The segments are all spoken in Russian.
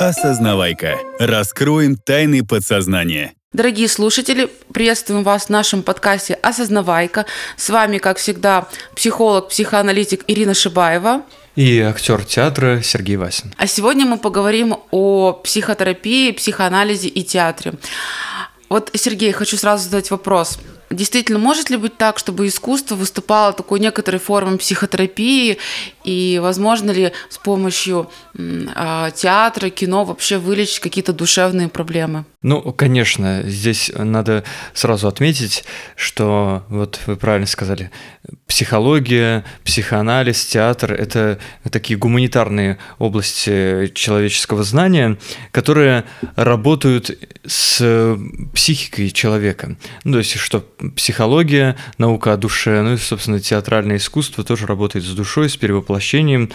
Осознавайка. Раскроем тайны подсознания. Дорогие слушатели, приветствуем вас в нашем подкасте «Осознавайка». С вами, как всегда, психолог, психоаналитик Ирина Шибаева. И актер театра Сергей Васин. А сегодня мы поговорим о психотерапии, психоанализе и театре. Вот, Сергей, хочу сразу задать вопрос. Действительно, может ли быть так, чтобы искусство выступало такой некоторой формой психотерапии, и возможно ли с помощью театра, кино вообще вылечить какие-то душевные проблемы? Ну, конечно, здесь надо сразу отметить, что, вот вы правильно сказали, психология, психоанализ, театр – это такие гуманитарные области человеческого знания, которые работают с психикой человека. Ну, то есть, что психология, наука о душе, ну и, собственно, театральное искусство тоже работает с душой, с перевоплощением,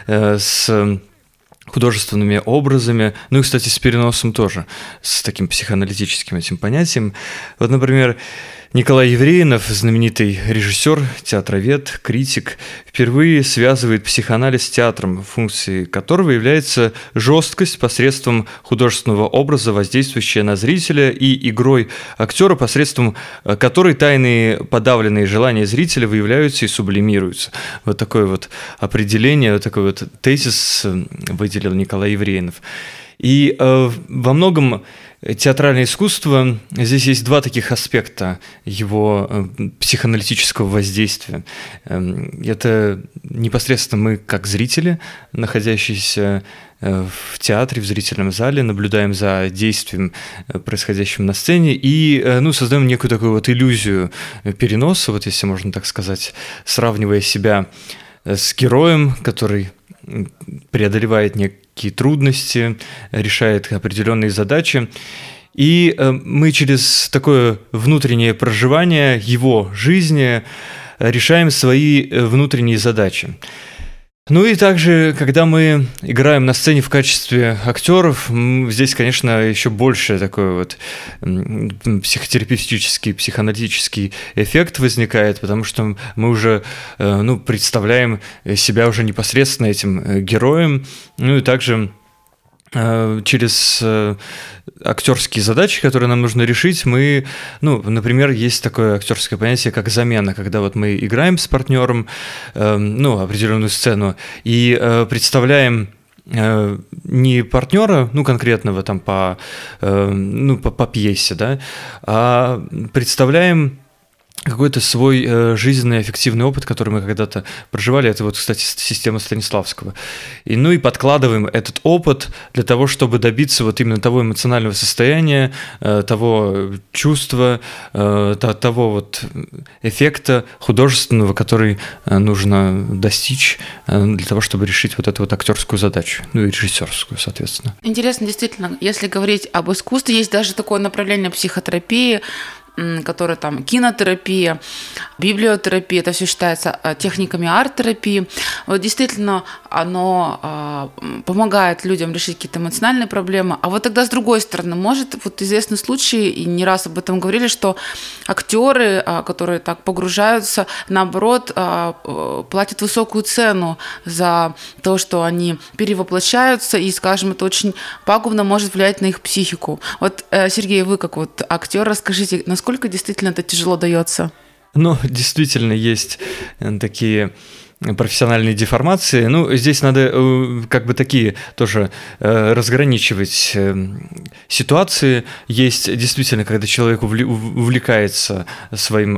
с художественными образами, ну и, кстати, с переносом тоже, с таким психоаналитическим этим понятием. Вот, например, Николай Евреинов, знаменитый режиссер, театровед, критик, впервые связывает психоанализ с театром, функцией которого является жесткость посредством художественного образа, воздействующая на зрителя, и игрой актера, посредством которой тайные подавленные желания зрителя выявляются и сублимируются. Вот такое вот определение, вот такой вот тезис выделил Николай Евреинов. И во многом театральное искусство, здесь есть два таких аспекта его психоаналитического воздействия. Это непосредственно мы, как зрители, находящиеся в театре, в зрительном зале, наблюдаем за действием, происходящим на сцене, и создаем некую такую вот иллюзию переноса, вот если можно так сказать, сравнивая себя с героем, который преодолевает некие трудности, решает определенные задачи. И мы через такое внутреннее проживание его жизни решаем свои внутренние задачи. Ну и также, когда мы играем на сцене в качестве актеров, здесь, конечно, еще больше такой вот психотерапевтический, психоаналитический эффект возникает, потому что мы уже представляем себя уже непосредственно этим героем, ну и также через актерские задачи, которые нам нужно решить, мы, например, есть такое актерское понятие, как замена, когда вот мы играем с партнером, определенную сцену и представляем не партнера, конкретного там по пьесе, да, а представляем какой-то свой жизненный аффективный опыт, который мы когда-то проживали. Это вот, кстати, система Станиславского. И подкладываем этот опыт для того, чтобы добиться вот именно того эмоционального состояния, того чувства, того вот эффекта художественного, который нужно достичь для того, чтобы решить вот эту вот актерскую задачу, и режиссерскую, соответственно. Интересно, действительно, если говорить об искусстве, есть даже такое направление психотерапии, которая там кинотерапия, библиотерапия, это все считается техниками арт-терапии. Вот действительно, оно помогает людям решить какие-то эмоциональные проблемы. А вот тогда с другой стороны, может, вот известны случаи, и не раз об этом говорили, что актеры, которые так погружаются, наоборот, платят высокую цену за то, что они перевоплощаются, и, скажем, это очень пагубно может влиять на их психику. Вот, Сергей, вы как вот актер, расскажите, насколько действительно это тяжело дается? Действительно, есть такие профессиональные деформации. Здесь надо такие тоже разграничивать ситуации. Есть действительно, когда человек увлекается своим,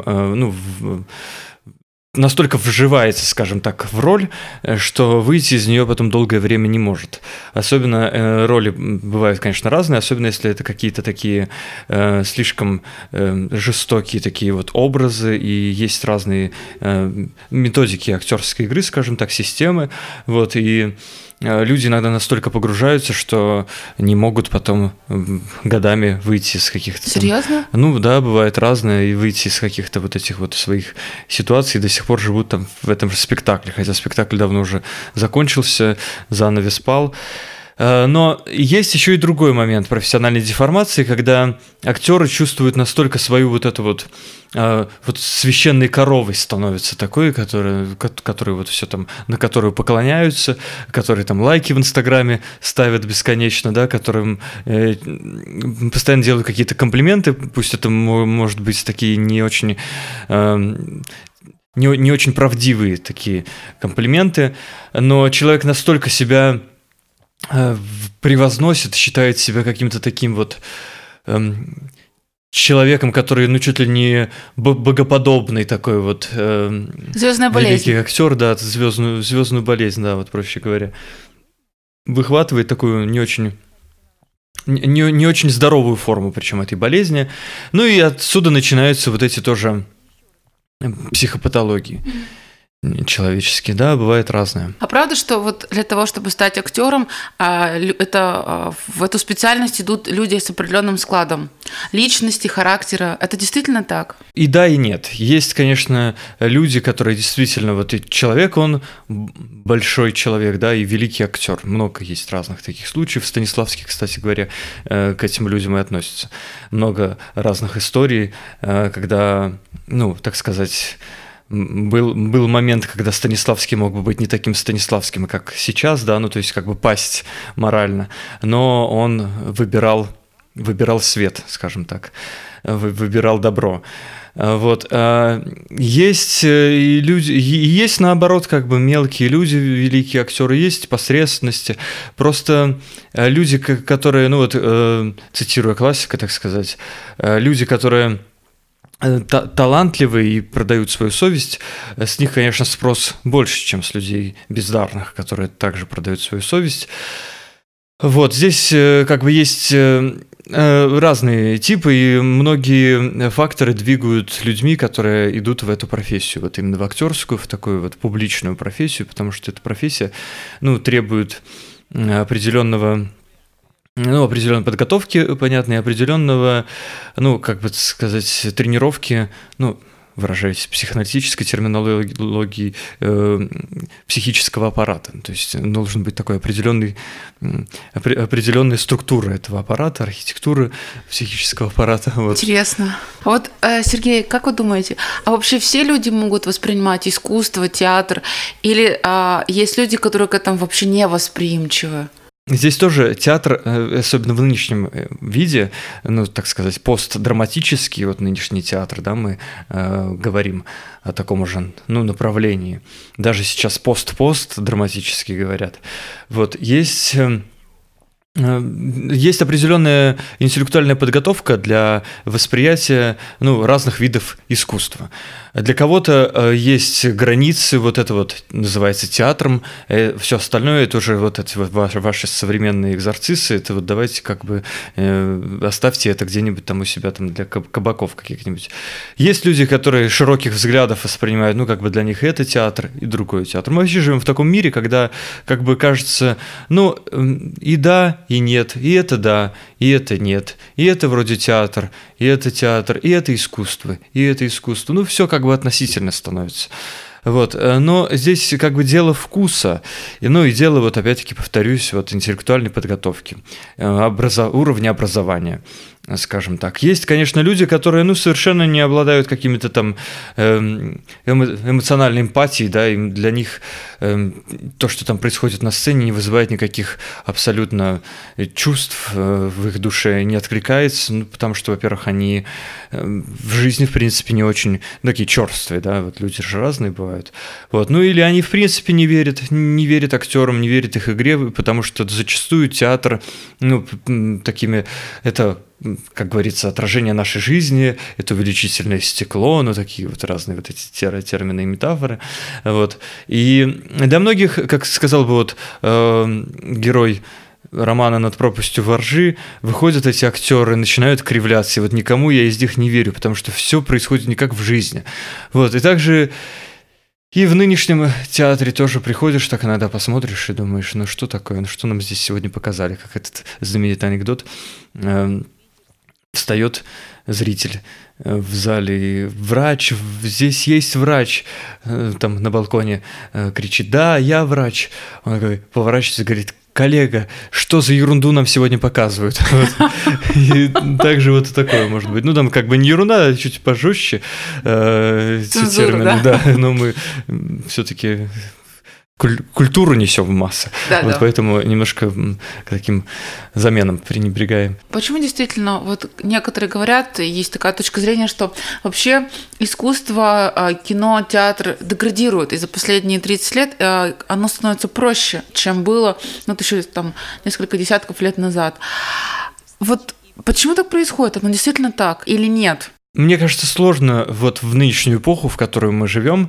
настолько вживается, скажем так, в роль, что выйти из нее потом долгое время не может. Особенно роли бывают, конечно, разные, особенно если это какие-то такие слишком жестокие такие вот образы, и есть разные методики актерской игры, скажем так, системы, вот, и люди иногда настолько погружаются, что не могут потом годами выйти из каких-то... Серьезно? Да, бывает разное, и выйти из каких-то вот этих вот своих ситуаций, до сих пор живут там в этом же спектакле, хотя спектакль давно уже закончился, занавес пал. Но есть еще и другой момент профессиональной деформации, когда актеры чувствуют настолько свою вот эту вот священной коровой становится такой, который вот все там, на которую поклоняются, которые там лайки в Инстаграме ставят бесконечно, да, которым постоянно делают какие-то комплименты, пусть это может быть такие не очень правдивые такие комплименты, но человек настолько себя превозносит, считает себя каким-то таким вот человеком, который, ну, чуть ли не богоподобный такой вот Звездная болезнь. Великий актер, да, звездную болезнь, да, вот проще говоря. Выхватывает такую не очень здоровую форму, причем этой болезни. Ну и отсюда начинаются вот эти тоже психопатологии. Человеческие, да, бывает разное. А правда, что вот для того, чтобы стать актером, в эту специальность идут люди с определенным складом личности, характера? Это действительно так? И да, и нет. Есть, конечно, люди, которые действительно, вот и человек, он большой человек, да, и великий актер. Много есть разных таких случаев. Станиславский, кстати говоря, к этим людям и относится. Много разных историй, когда, ну, так сказать, был момент, когда Станиславский мог бы быть не таким Станиславским, как сейчас, да, ну, то есть как бы пасть морально, но он выбирал свет, скажем так, выбирал добро. Вот. Есть и люди, есть наоборот как бы мелкие люди, великие актеры, есть посредственности, просто люди, которые, ну вот, цитируя классика, так сказать, люди, которые талантливые и продают свою совесть, с них, конечно, спрос больше, чем с людей бездарных, которые также продают свою совесть. Вот, здесь как бы есть разные типы, и многие факторы двигают людьми, которые идут в эту профессию, вот именно в актерскую, в такую вот публичную профессию, потому что эта профессия, ну, требует определенной подготовки, понятно, и определенного, ну, как бы сказать, тренировки, ну, выражаясь психоаналитической терминологией, психического аппарата. То есть должен быть такой определенная структура этого аппарата, архитектура психического аппарата. Вот. Интересно. А вот, Сергей, как вы думаете, а вообще все люди могут воспринимать искусство, театр, или есть люди, которые к этому вообще не восприимчивы? Здесь тоже театр, особенно в нынешнем виде, ну, так сказать, постдраматический, вот нынешний театр, да, мы говорим о таком уже, ну, направлении. Даже сейчас пост-драматический говорят. Вот, есть определенная интеллектуальная подготовка для восприятия, ну, разных видов искусства. Для кого-то есть границы, вот это вот называется театром, все остальное это уже вот эти вот ваши современные экзорцисы, это вот давайте как бы оставьте это где-нибудь там у себя там для кабаков каких-нибудь. Есть люди, которые широких взглядов воспринимают, ну, как бы для них это театр и другой театр. Мы вообще живем в таком мире, когда как бы кажется, ну, и да, и нет, и это да, и это нет, и это вроде театр, и это театр, и это искусство, и это искусство. Ну, все как бы относительно становится. Вот. Но здесь как бы дело вкуса, ну и дело, вот опять-таки повторюсь, вот интеллектуальной подготовки, уровня образования, скажем так. Есть, конечно, люди, которые, ну, совершенно не обладают какими-то там эмоциональной эмпатией, да, и для них то, что там происходит на сцене, не вызывает никаких абсолютно чувств в их душе, не откликается, ну, потому что, во-первых, они в жизни, в принципе, не очень такие черствые, да, вот люди же разные бывают. Вот. Ну, или они, в принципе, не верят актерам, не верят их игре, потому что зачастую театр, ну, такими, это, как говорится, отражение нашей жизни, это увеличительное стекло, ну, такие вот разные вот эти термины и метафоры. Вот. И для многих, как сказал бы вот герой романа «Над пропастью во ржи», выходят эти актеры, начинают кривляться, и вот никому я из них не верю, потому что все происходит не как в жизни. Вот. И также и в нынешнем театре тоже приходишь, так иногда посмотришь и думаешь, ну что такое, ну что нам здесь сегодня показали, как этот знаменитый анекдот. Встает зритель в зале, и врач, здесь есть врач, там на балконе кричит, да, я врач. Он такой поворачивается и говорит, коллега, что за ерунду нам сегодня показывают? И также вот такое может быть. Ну, там как бы не ерунда, а чуть пожестче термины, да, но мы все-таки культуру несем в массы. Вот поэтому немножко к таким заменам пренебрегаем. Почему действительно, вот некоторые говорят, есть такая точка зрения, что вообще искусство, кино, театр деградирует, и за последние 30 лет оно становится проще, чем было, ну, еще там несколько десятков лет назад. Вот почему так происходит? Оно действительно так или нет? Мне кажется, сложно вот в нынешнюю эпоху, в которой мы живем,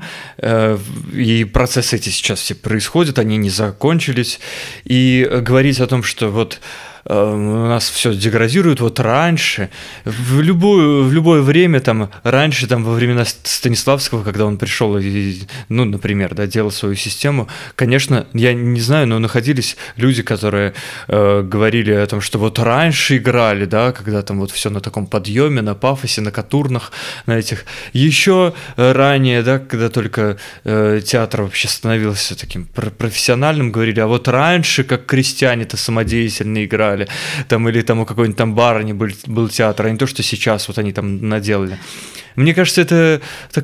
и процессы эти сейчас все происходят, они не закончились, и говорить о том, что вот у нас все деградирует, вот раньше, в любое время, там, раньше, там, во времена Станиславского, когда он пришел и, ну, например, да, делал свою систему, конечно, я не знаю, но находились люди, которые говорили о том, что вот раньше играли, да, когда там вот все на таком подъеме, на пафосе, на катурнах, на этих. Еще ранее, да, когда только театр вообще становился таким профессиональным, говорили, а вот раньше, как крестьяне-то самодеятельно играли, там, или там у какой-нибудь там барыни был театр, а не то, что сейчас вот они там наделали. Мне кажется, это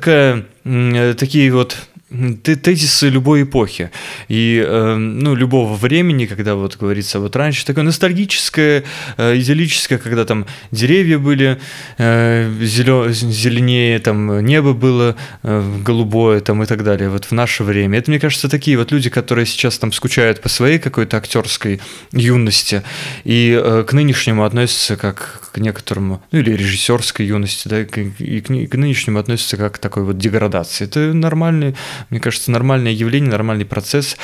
такие вот тезисы любой эпохи и, ну, любого времени, когда вот говорится, вот раньше такое ностальгическое, идиллическое, когда там деревья были зеленее, там небо было голубое, там и так далее, вот в наше время. Это, мне кажется, такие вот люди, которые сейчас там скучают по своей какой-то актерской юности и к нынешнему относятся как к некоторому, ну, или режиссерской юности, да, и к нынешнему относятся как к такой вот деградации. Это нормальный, мне кажется, нормальное явление, нормальный процесс.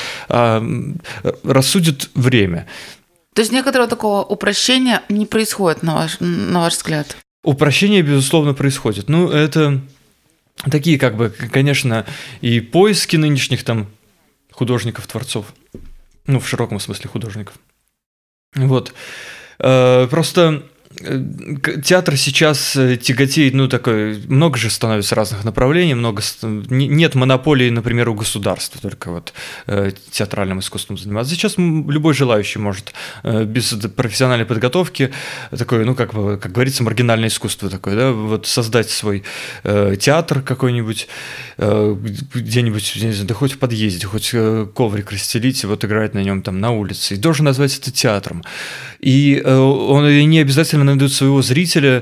Рассудит время. То есть некоторого такого упрощения не происходит, на ваш взгляд? Упрощение, безусловно, происходит. Ну, это такие, как бы, конечно, и поиски нынешних там художников, творцов. Ну, в широком смысле художников. Вот. Просто театр сейчас тяготеет, ну, такой, много же становится разных направлений, нет монополии, например, у государства только вот театральным искусством заниматься. Сейчас любой желающий может без профессиональной подготовки такое, ну, как говорится, маргинальное искусство такое, да, вот создать свой театр какой-нибудь, где-нибудь, не знаю, да хоть в подъезде, хоть коврик расстелить, вот играть на нем там на улице, и должен назвать это театром. И он не обязательно найдут своего зрителя,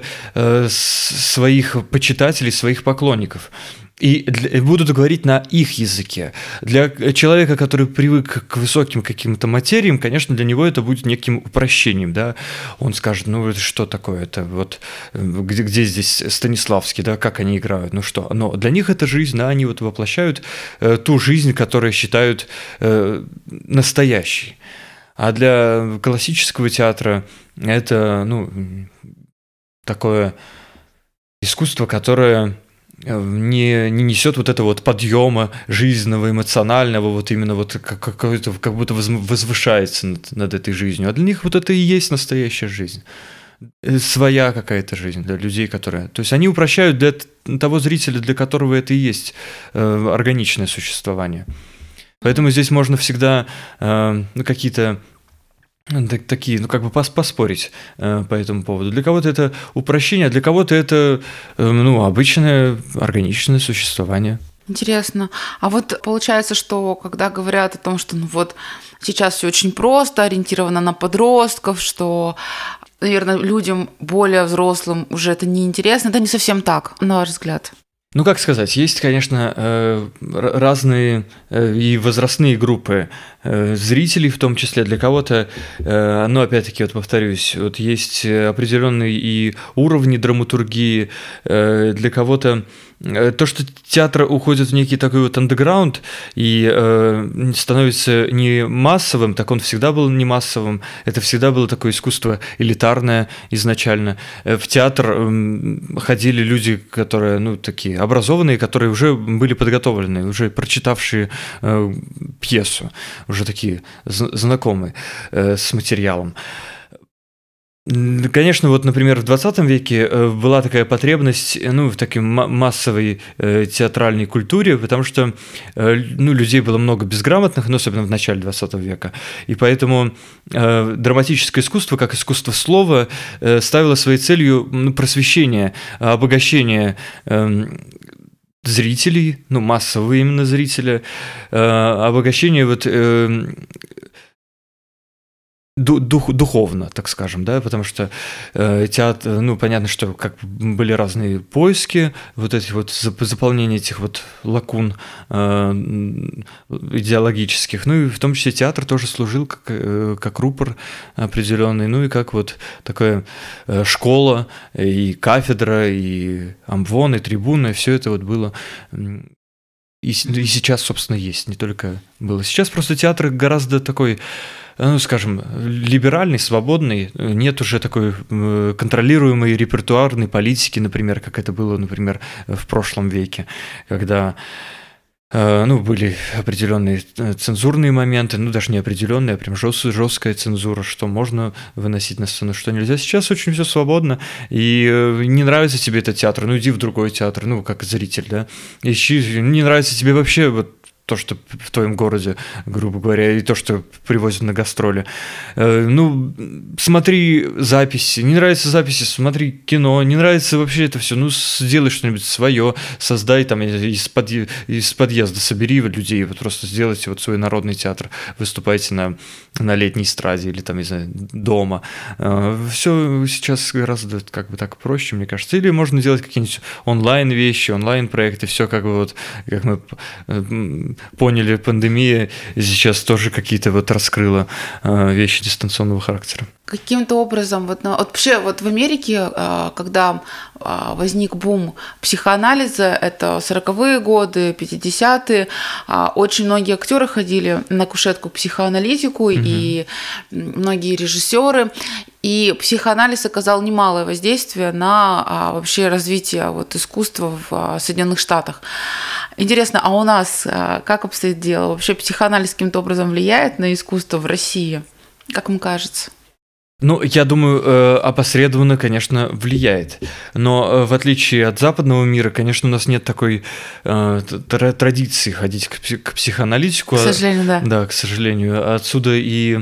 своих почитателей, своих поклонников. И будут говорить на их языке. Для человека, который привык к высоким каким-то материям, конечно, для него это будет неким упрощением, да. Он скажет, ну, это что такое, это вот, где здесь Станиславский, да, как они играют, ну что. Но для них это жизнь, да, они вот воплощают ту жизнь, которую считают настоящей. А для классического театра это, ну, такое искусство, которое не несет вот этого вот подъема жизненного, эмоционального, вот именно вот как будто возвышается над этой жизнью. А для них вот это и есть настоящая жизнь. Своя какая-то жизнь для людей, которые... То есть они упрощают для того зрителя, для которого это и есть органичное существование. Поэтому здесь можно всегда какие-то такие, ну, как бы поспорить по этому поводу. Для кого-то это упрощение, а для кого-то это, ну, обычное органичное существование. Интересно. А вот получается, что когда говорят о том, что, ну, вот сейчас все очень просто, ориентировано на подростков, что, наверное, людям более взрослым уже это неинтересно, это не совсем так, на ваш взгляд? Ну, как сказать, есть, конечно, разные и возрастные группы зрителей, в том числе для кого-то, но опять-таки, вот повторюсь, вот есть определенные и уровни драматургии, для кого-то то, что театр уходит в некий такой вот андеграунд и становится не массовым, так он всегда был не массовым, это всегда было такое искусство элитарное изначально. В театр ходили люди, которые, ну, такие образованные, которые уже были подготовлены, уже прочитавшие пьесу, уже такие знакомые с материалом. Конечно, вот, например, в 20 веке была такая потребность, в такой массовой театральной культуре, потому что, людей было много безграмотных, особенно в начале 20 века, и поэтому драматическое искусство, как искусство слова, ставило своей целью просвещение, обогащение зрителей, массового именно зрителя, обогащение духовно, так скажем, да, потому что театр, понятно, что как были разные поиски, заполнение этих лакун идеологических, и в том числе театр тоже служил как рупор определенный, и как такая школа, и кафедра, и амвон, и трибуна, все это было. И сейчас, собственно, есть, не только было. Сейчас просто театр гораздо такой, скажем, либеральный, свободный, нет уже такой контролируемой репертуарной политики, например, как это было, например, в прошлом веке, когда были определенные цензурные моменты, даже не определенные, а прям жесткая цензура, что можно выносить на сцену, что нельзя. Сейчас очень все свободно, и не нравится тебе этот театр, иди в другой театр, как зритель, да. Не нравится тебе вообще то, что в твоем городе, грубо говоря, и то, что привозят на гастроли. Смотри записи. Не нравятся записи, смотри кино. Не нравится вообще это все. Сделай что-нибудь свое, создай там из подъезда, собери людей, просто сделайте свой народный театр, выступайте на летней эстраде или там, не знаю, дома. Все сейчас гораздо так проще, мне кажется. Или можно делать какие-нибудь онлайн-вещи, онлайн-проекты, все как мы поняли, пандемия сейчас тоже какие-то раскрыла вещи дистанционного характера. Каким-то образом, вообще в Америке, когда возник бум психоанализа, это 40-е годы, 50-е, очень многие актеры ходили на кушетку к психоаналитику, и многие режиссеры, и психоанализ оказал немалое воздействие на вообще развитие искусства в Соединенных Штатах. Интересно, а у нас как обстоит дело? Вообще психоанализ каким-то образом влияет на искусство в России? Как вам кажется? Я думаю, опосредованно, конечно, влияет. Но в отличие от западного мира, конечно, у нас нет такой традиции ходить к психоаналитику. К сожалению, да. Да, к сожалению. Отсюда и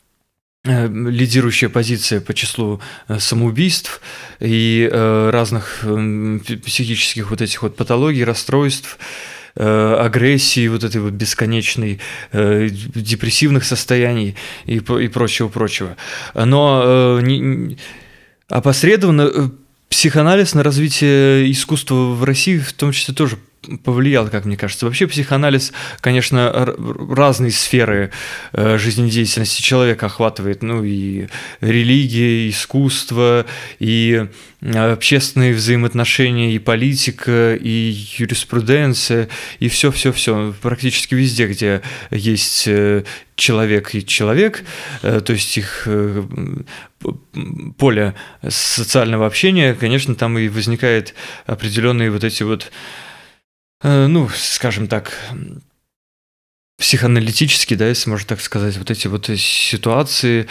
лидирующая позиция по числу самоубийств и разных психических этих патологий, расстройств, агрессии, этой бесконечной, депрессивных состояний и прочего. Но опосредованно психоанализ на развитие искусства в России в том числе тоже повлиял, как мне кажется. Вообще психоанализ, конечно, разные сферы жизнедеятельности человека охватывает, и религия, и искусство, и общественные взаимоотношения, и политика, и юриспруденция, и все. Практически везде, где есть человек и человек, то есть их поле социального общения, конечно, там и возникает определенные скажем так, психоаналитические, да, если можно так сказать, эти ситуации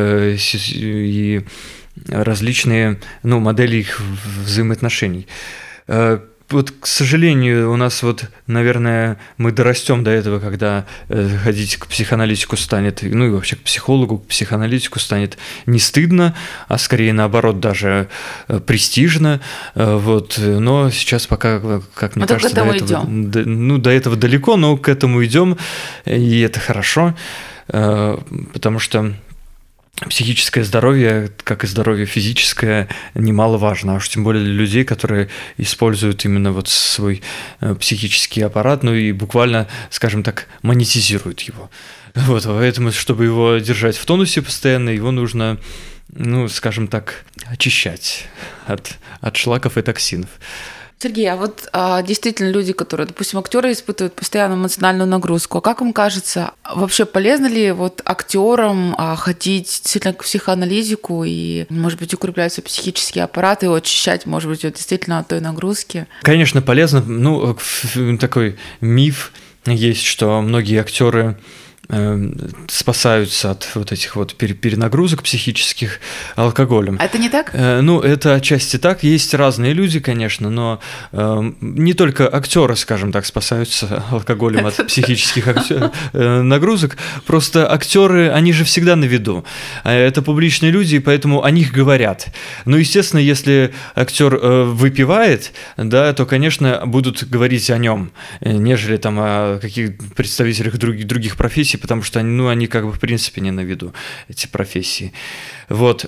и различные, модели их взаимоотношений. К сожалению, у нас наверное, мы дорастем до этого, когда ходить к психоаналитику станет, и вообще к психологу, к психоаналитику станет не стыдно, а скорее наоборот даже престижно. Но сейчас пока, как мне кажется, до этого далеко, но к этому идем, и это хорошо, потому что психическое здоровье, как и здоровье физическое, немаловажно, а уж тем более для людей, которые используют именно свой психический аппарат, и буквально, скажем так, монетизируют его. Поэтому, чтобы его держать в тонусе постоянно, его нужно, скажем так, очищать от шлаков и токсинов. Сергей, действительно люди, которые, допустим, актеры испытывают постоянную эмоциональную нагрузку, как вам кажется, вообще полезно ли актерам ходить действительно к психоаналитику и, может быть, укреплять свой психический аппарат и его очищать, может быть, действительно от той нагрузки? Конечно, полезно. Такой миф есть, что многие актеры спасаются от вот этих вот перенагрузок психических алкоголем. А это не так? Ну, это отчасти так. Есть разные люди, конечно, но не только актеры, скажем так, спасаются алкоголем от психических нагрузок. Просто актеры, они же всегда на виду. Это публичные люди, и поэтому о них говорят. Ну, естественно, если актер выпивает, да, то, конечно, будут говорить о нем, нежели там о каких представителях других профессий, потому что они как бы в принципе не на виду, эти профессии. Вот.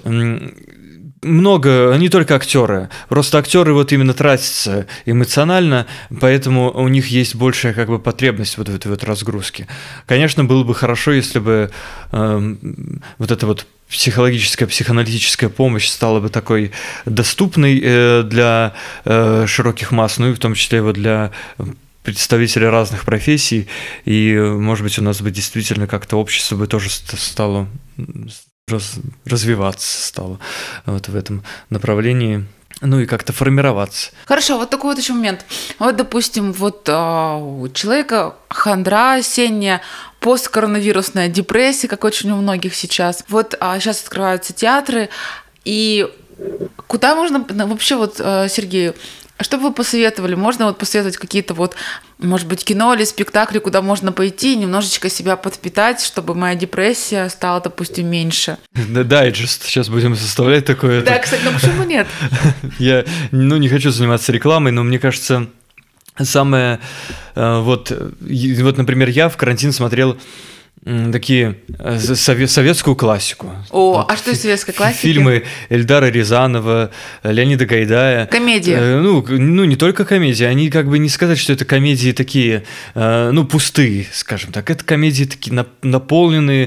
Много, не только актеры, просто актеры вот именно тратятся эмоционально, поэтому у них есть большая как бы потребность вот в этой вот разгрузке. Конечно, было бы хорошо, если бы вот эта вот психологическая, психоаналитическая помощь стала бы такой доступной для широких масс, ну и в том числе вот для представителей разных профессий, и, может быть, у нас бы действительно как-то общество бы тоже стало развиваться стало вот в этом направлении, ну и как-то формироваться. Хорошо, вот такой вот еще момент. Вот, допустим, вот у человека хандра осенняя, посткоронавирусная депрессия, как очень у многих сейчас. Вот сейчас открываются театры, и куда можно вообще вот, Сергей, что бы вы посоветовали? Можно вот посоветовать какие-то вот, может быть, кино или спектакли, куда можно пойти и немножечко себя подпитать, чтобы моя депрессия стала, допустим, меньше? Дайджест сейчас будем составлять такое. Да, кстати, ну почему нет? Я, не хочу заниматься рекламой, но мне кажется, самое... Вот, например, я в карантин смотрел такие советскую классику. О, вот, а что из советской классики? Фильмы Эльдара Рязанова, Леонида Гайдая. Комедии. Ну, не только комедии, они как бы не сказать, что это комедии такие, пустые, скажем так. Это комедии такие наполненные,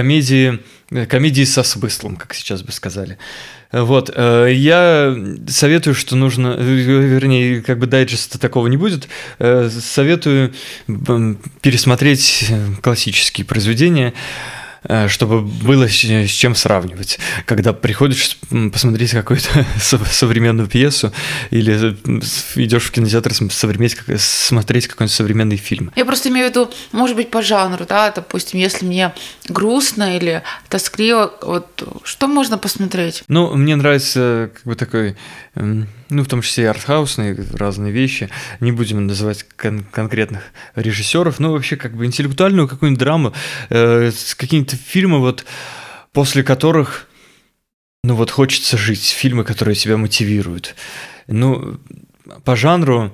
комедии со смыслом, как сейчас бы сказали. Вот, я советую, что нужно, вернее, как бы дайджеста такого не будет, советую пересмотреть классические произведения, чтобы было с чем сравнивать. Когда приходишь посмотреть какую-то современную пьесу или идешь в кинотеатр смотреть какой-нибудь современный фильм. Я просто имею в виду, может быть, по жанру, да, допустим, если мне грустно или тоскливо, вот что можно посмотреть? Ну, мне нравится как бы такой, в том числе и артхаусные разные вещи. Не будем называть конкретных режиссеров, но вообще как бы интеллектуальную какую-нибудь драму, какие-то фильмы, вот, после которых, хочется жить, фильмы, которые тебя мотивируют. По жанру,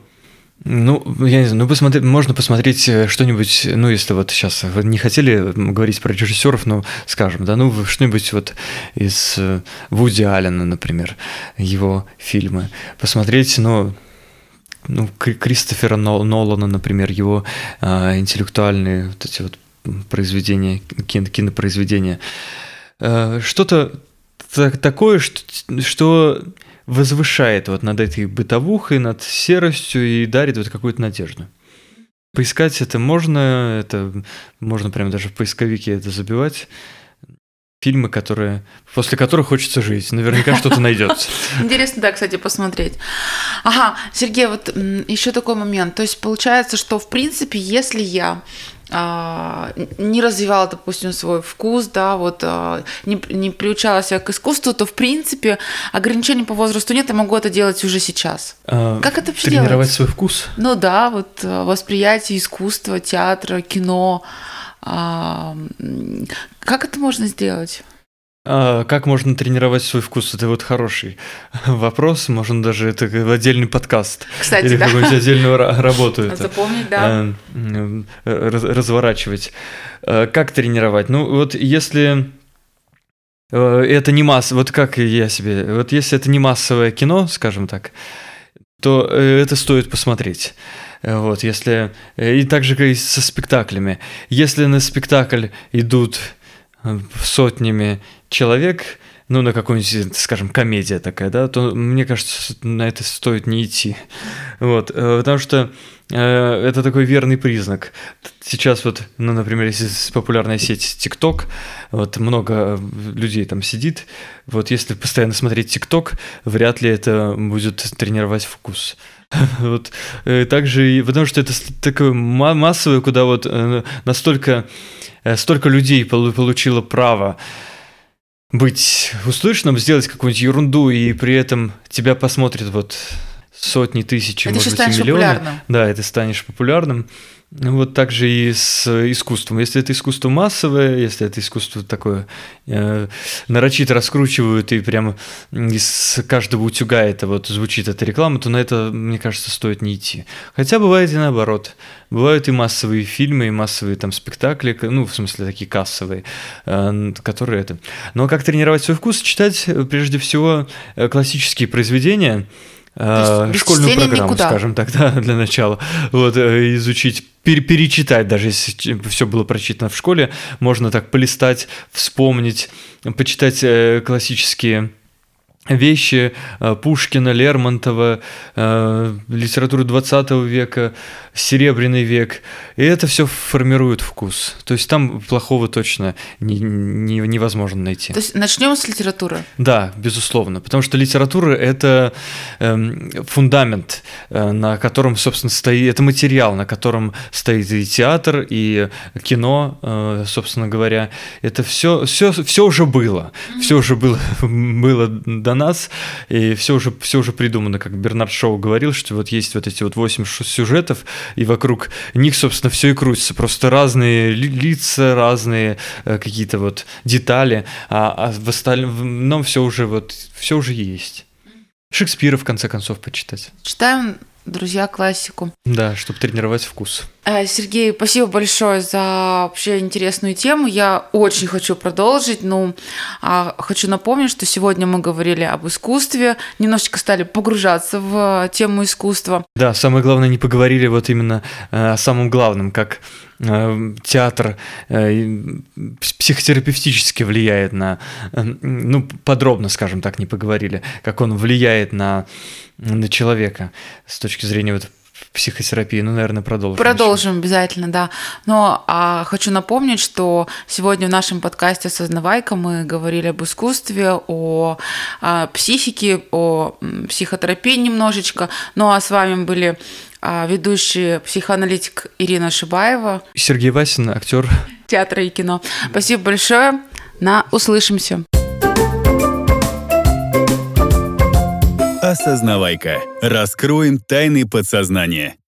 я не знаю, можно посмотреть что-нибудь, если вот сейчас вы не хотели говорить про режиссеров, скажем, да, что-нибудь вот из Вуди Аллена, например, его фильмы. Посмотреть, Кристофера Нолана, например, его интеллектуальные вот эти вот произведения, кинопроизведения. Что-то такое, что возвышает вот над этой бытовухой, над серостью и дарит вот какую-то надежду. Поискать это можно прямо даже в поисковике это забивать. Фильмы, после которых хочется жить. Наверняка что-то найдется. Интересно, да, кстати, посмотреть. Ага, Сергей, вот еще такой момент. То есть получается, что в принципе, если я не развивала, допустим, свой вкус, да, вот не приучала себя к искусству, то в принципе ограничений по возрасту нет, я могу это делать уже сейчас. Как это вообще тренировать делать? свой вкус? Ну да, вот восприятие искусства, театра, кино. Как это можно сделать? Как можно тренировать свой вкус? Это вот хороший вопрос. Можно даже это в отдельный подкаст. Кстати, или да. какую-нибудь отдельную работу запомнить, да. Разворачивать. Как тренировать? Если это не если это не массовое кино, скажем так, то это стоит посмотреть. Вот, и также со спектаклями. Если на спектакль идут сотнями человек, на какую-нибудь, скажем, комедия такая, да, то, мне кажется, на это стоит не идти. Вот, потому что это такой верный признак. Сейчас например, если популярная сеть TikTok, много людей там сидит, если постоянно смотреть TikTok, вряд ли это будет тренировать вкус. Вот, также, потому что это такое массовое, куда вот настолько столько людей получило право быть услышанным, сделать какую-нибудь ерунду, и при этом тебя посмотрят вот сотни, тысячи, может быть, и миллионы. Популярным. Да, и ты станешь популярным. Вот так же и с искусством. Если это искусство массовое, если это искусство такое нарочито раскручивают, и прямо из каждого утюга это вот звучит эта реклама, то на это, мне кажется, стоит не идти. Хотя бывает и наоборот. Бывают и массовые фильмы, и массовые там спектакли, ну, в смысле, такие кассовые, которые это... Но как тренировать свой вкус? Читать, прежде всего, классические произведения, школьную программу, никуда. Скажем так, да, для начала, вот, изучить, перечитать, даже если все было прочитано в школе, можно так полистать, вспомнить, почитать классические вещи Пушкина, Лермонтова, литературу 20 века, Серебряный век, и это все формирует вкус. То есть там плохого точно невозможно найти. То есть начнем с литературы? Да, безусловно, потому что литература – это фундамент, на котором, собственно, стоит, это материал, на котором стоит и театр, и кино, собственно говоря. Это все уже было, все уже было до нас, и все уже придумано, как Бернард Шоу говорил, что вот есть вот эти вот 8 сюжетов, и вокруг них, собственно, все и крутится. Просто разные лица, разные какие-то вот детали, а в остальном все уже есть. Шекспира, в конце концов, почитать. Читаем, друзья, классику. Да, чтобы тренировать вкус. Сергей, спасибо большое за вообще интересную тему. Я очень хочу продолжить. Хочу напомнить, что сегодня мы говорили об искусстве, немножечко стали погружаться в тему искусства. Да, самое главное, не поговорили вот именно о самом главном, как театр психотерапевтически влияет на, подробно, скажем так, не поговорили, как он влияет на человека с точки зрения вот психотерапии. наверное, продолжим. Продолжим обязательно, да. Но хочу напомнить, что сегодня в нашем подкасте «Осознавайка» мы говорили об искусстве, о психике, о психотерапии немножечко. Ну а с вами были ведущий психоаналитик Ирина Шибаева. Сергей Васин, актер театра и кино. Спасибо большое. Услышимся. Осознавайка. Раскроем тайны подсознания.